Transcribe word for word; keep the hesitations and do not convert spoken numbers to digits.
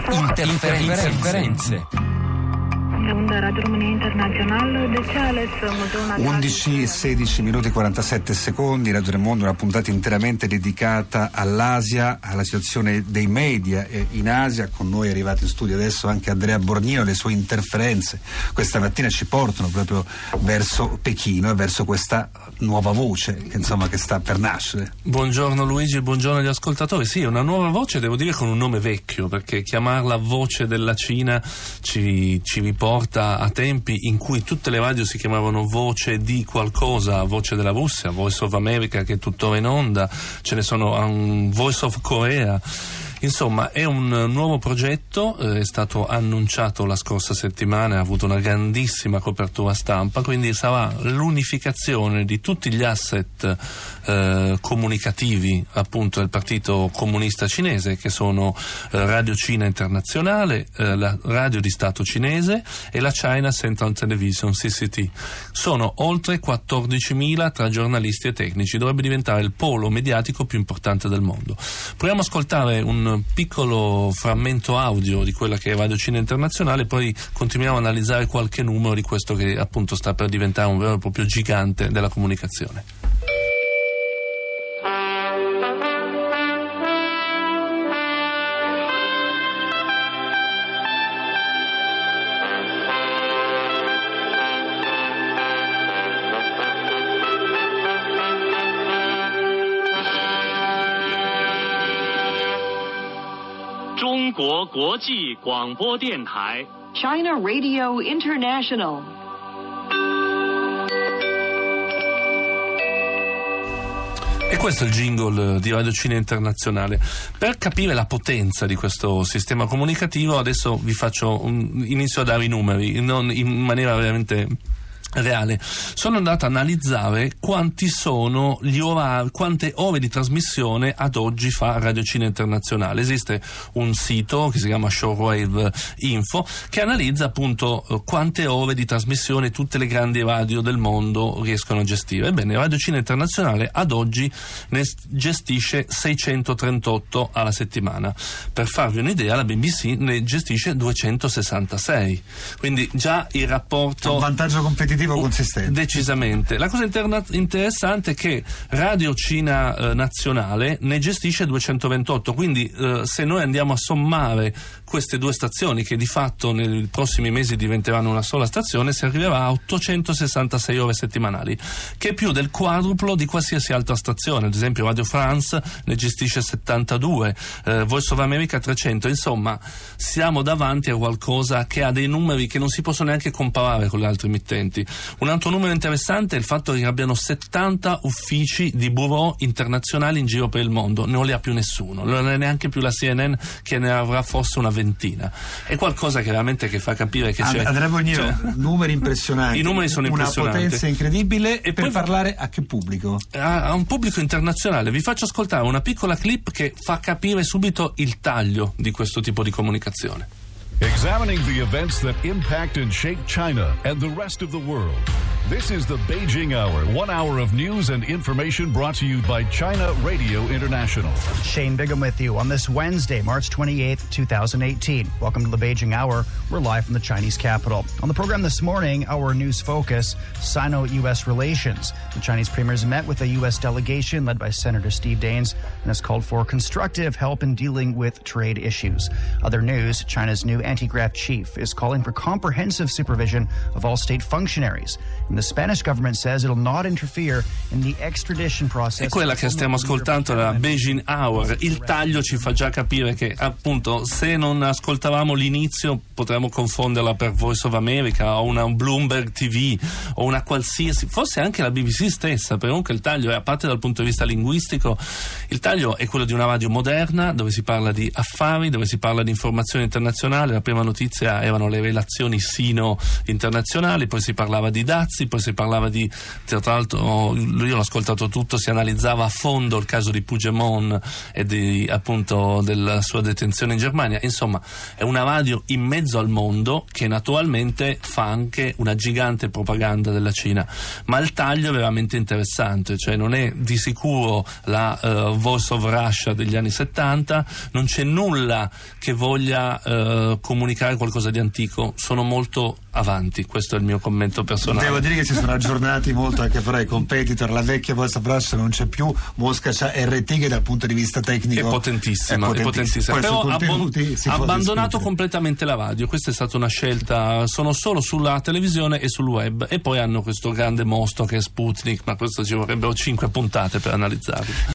Interferenze. Radio Romania Internazionale, undici e sedici minuti e quarantasette secondi. Radio del Mondo, una puntata interamente dedicata all'Asia, alla situazione dei media in Asia. Con noi è arrivato in studio adesso anche Andrea Borgnino. Le sue interferenze questa mattina ci portano proprio verso Pechino e verso questa nuova voce che insomma che sta per nascere. Buongiorno Luigi, buongiorno agli ascoltatori. Sì, una nuova voce, devo dire con un nome vecchio, perché chiamarla voce della Cina ci, ci riporta a tempi in cui tutte le radio si chiamavano voce di qualcosa, voce della Russia, Voice of America, che è tuttora in onda, ce ne sono un Voice of Korea. Insomma, è un nuovo progetto, eh, è stato annunciato la scorsa settimana, ha avuto una grandissima copertura stampa, quindi sarà l'unificazione di tutti gli asset eh, comunicativi appunto del Partito Comunista Cinese, che sono eh, Radio Cina Internazionale, eh, la radio di Stato cinese e la China Central Television C C T. Sono oltre quattordicimila tra giornalisti e tecnici, dovrebbe diventare il polo mediatico più importante del mondo. Proviamo ad ascoltare un piccolo frammento audio di quella che è Radio Cina Internazionale, poi continuiamo a analizzare qualche numero di questo che appunto sta per diventare un vero e proprio gigante della comunicazione. China Radio International. E questo è il jingle di Radio Cina Internazionale. Per capire la potenza di questo sistema comunicativo, adesso vi faccio un, inizio a dare i numeri, non in maniera veramente reale. Sono andato a analizzare quanti sono gli orari, quante ore di trasmissione ad oggi fa Radio Cina Internazionale. Esiste un sito che si chiama Shortwave Info che analizza appunto quante ore di trasmissione tutte le grandi radio del mondo riescono a gestire. Ebbene, Radio Cina Internazionale ad oggi ne gestisce seicentotrentotto alla settimana. Per farvi un'idea, la B B C ne gestisce duecentosessantasei. Quindi già il rapporto, un vantaggio competitivo consistente. Decisamente. La cosa interna- interessante è che Radio Cina eh, Nazionale ne gestisce duecentoventotto, quindi eh, se noi andiamo a sommare queste due stazioni, che di fatto nei prossimi mesi diventeranno una sola stazione, si arriverà a ottocentosessantasei ore settimanali, che è più del quadruplo di qualsiasi altra stazione. Ad esempio Radio France ne gestisce settantadue, eh, Voice of America trecento. Insomma, siamo davanti a qualcosa che ha dei numeri che non si possono neanche comparare con le altre emittenti. Un altro numero interessante è il fatto che abbiano settanta uffici di bureau internazionali in giro per il mondo. Non li ha più nessuno, non è neanche più la C N N, che ne avrà forse una ventina. È qualcosa che veramente che fa capire che c'è, Andrea Borgnino, c'è numeri impressionanti, i numeri sono impressionanti, una potenza incredibile. E per poi parlare a che pubblico? A, a un pubblico internazionale. Vi faccio ascoltare una piccola clip che fa capire subito il taglio di questo tipo di comunicazione. Examining the events that impact and shape China and the rest of the world. This is the Beijing Hour, one hour of news and information brought to you by China Radio International. Shane Bigham with you on this Wednesday, March twenty-eighth, twenty eighteen. Welcome to the Beijing Hour. We're live from the Chinese capital. On the program this morning, our news focus, Sino-U S relations. The Chinese premiers met with a U S delegation led by Senator Steve Daines and has called for constructive help in dealing with trade issues. Other news, China's new anti-graft chief is calling for comprehensive supervision of all state functionaries. And the Spanish government says it'll not interfere in the extradition process. E quella che stiamo ascoltando è la Beijing Hour. Il taglio ci fa già capire che appunto se non ascoltavamo l'inizio potremmo confonderla per Voice of America o una Bloomberg T V o una qualsiasi, forse anche la B B C stessa, perché comunque il taglio è, a parte dal punto di vista linguistico, il taglio è quello di una radio moderna dove si parla di affari, dove si parla di informazione internazionale. la prima notizia erano le relazioni sino-internazionali, poi si parlava di dazi, poi si parlava di, tra l'altro io l'ho ascoltato tutto, si analizzava a fondo il caso di Puigdemont e di, appunto, della sua detenzione in Germania. Insomma, è una radio in mezzo al mondo che naturalmente fa anche una gigante propaganda della Cina, ma il taglio è veramente interessante, cioè non è di sicuro la uh, Voice of Russia degli anni settanta, non c'è nulla che voglia uh, comunicare qualcosa di antico, sono molto avanti, questo è il mio commento personale. Devo dire che si sono aggiornati molto anche fra i competitor, la vecchia Voice of Russia non c'è più, Mosca c'ha R T che dal punto di vista tecnico è potentissima, è potentissima. Però ha abbandonato completamente la radio, questa è stata una scelta, sono solo sulla televisione e sul web, e poi hanno questo grande mostro che è Sputnik, ma questo ci vorrebbero cinque puntate per analizzarlo.